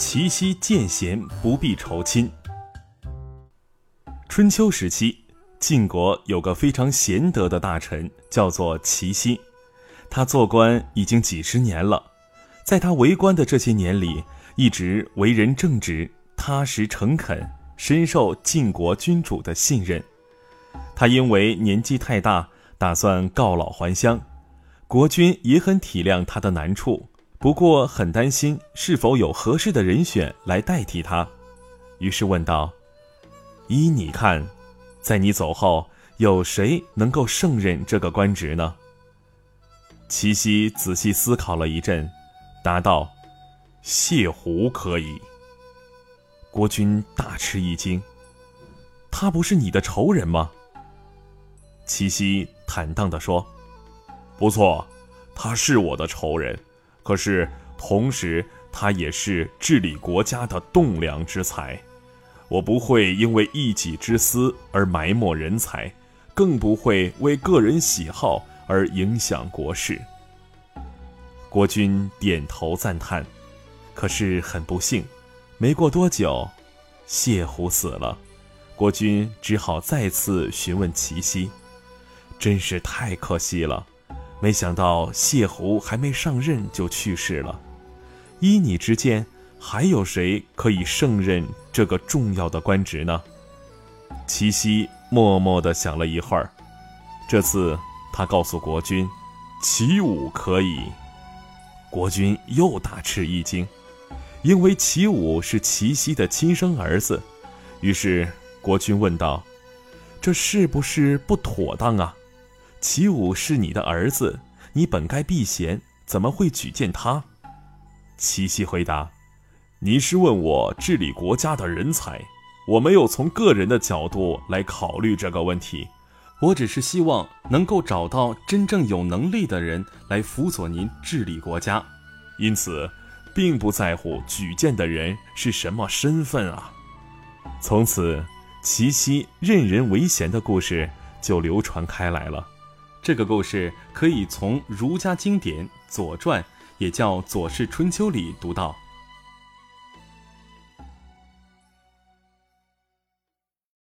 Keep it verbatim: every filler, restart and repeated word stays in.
齐奚见贤不必愁亲。春秋时期，晋国有个非常贤德的大臣，叫做齐奚。他做官已经几十年了，在他为官的这些年里，一直为人正直、踏实诚恳，深受晋国君主的信任。他因为年纪太大，打算告老还乡，国君也很体谅他的难处，不过很担心是否有合适的人选来代替他，于是问道：依你看，在你走后，有谁能够胜任这个官职呢？齐奚仔细思考了一阵，答道：谢狐可以。国君大吃一惊：他不是你的仇人吗？齐奚坦荡地说：不错，他是我的仇人，可是同时他也是治理国家的栋梁之才。我不会因为一己之私而埋没人才，更不会为个人喜好而影响国事。国君点头赞叹，可是很不幸，没过多久，谢狐死了。国君只好再次询问齐奚，真是太可惜了，没想到谢狐还没上任就去世了。依你之见，还有谁可以胜任这个重要的官职呢？齐奚默默地想了一会儿，这次他告诉国君：齐武可以。国君又大吃一惊，因为齐武是齐奚的亲生儿子。于是国君问道：这是不是不妥当啊？齐武是你的儿子，你本该避嫌，怎么会举荐他？齐奚回答：你是问我治理国家的人才，我没有从个人的角度来考虑这个问题，我只是希望能够找到真正有能力的人来辅佐您治理国家，因此并不在乎举荐的人是什么身份啊。从此，齐奚任人唯贤的故事就流传开来了。这个故事可以从儒家经典《左传》，也叫《左氏春秋》里读到。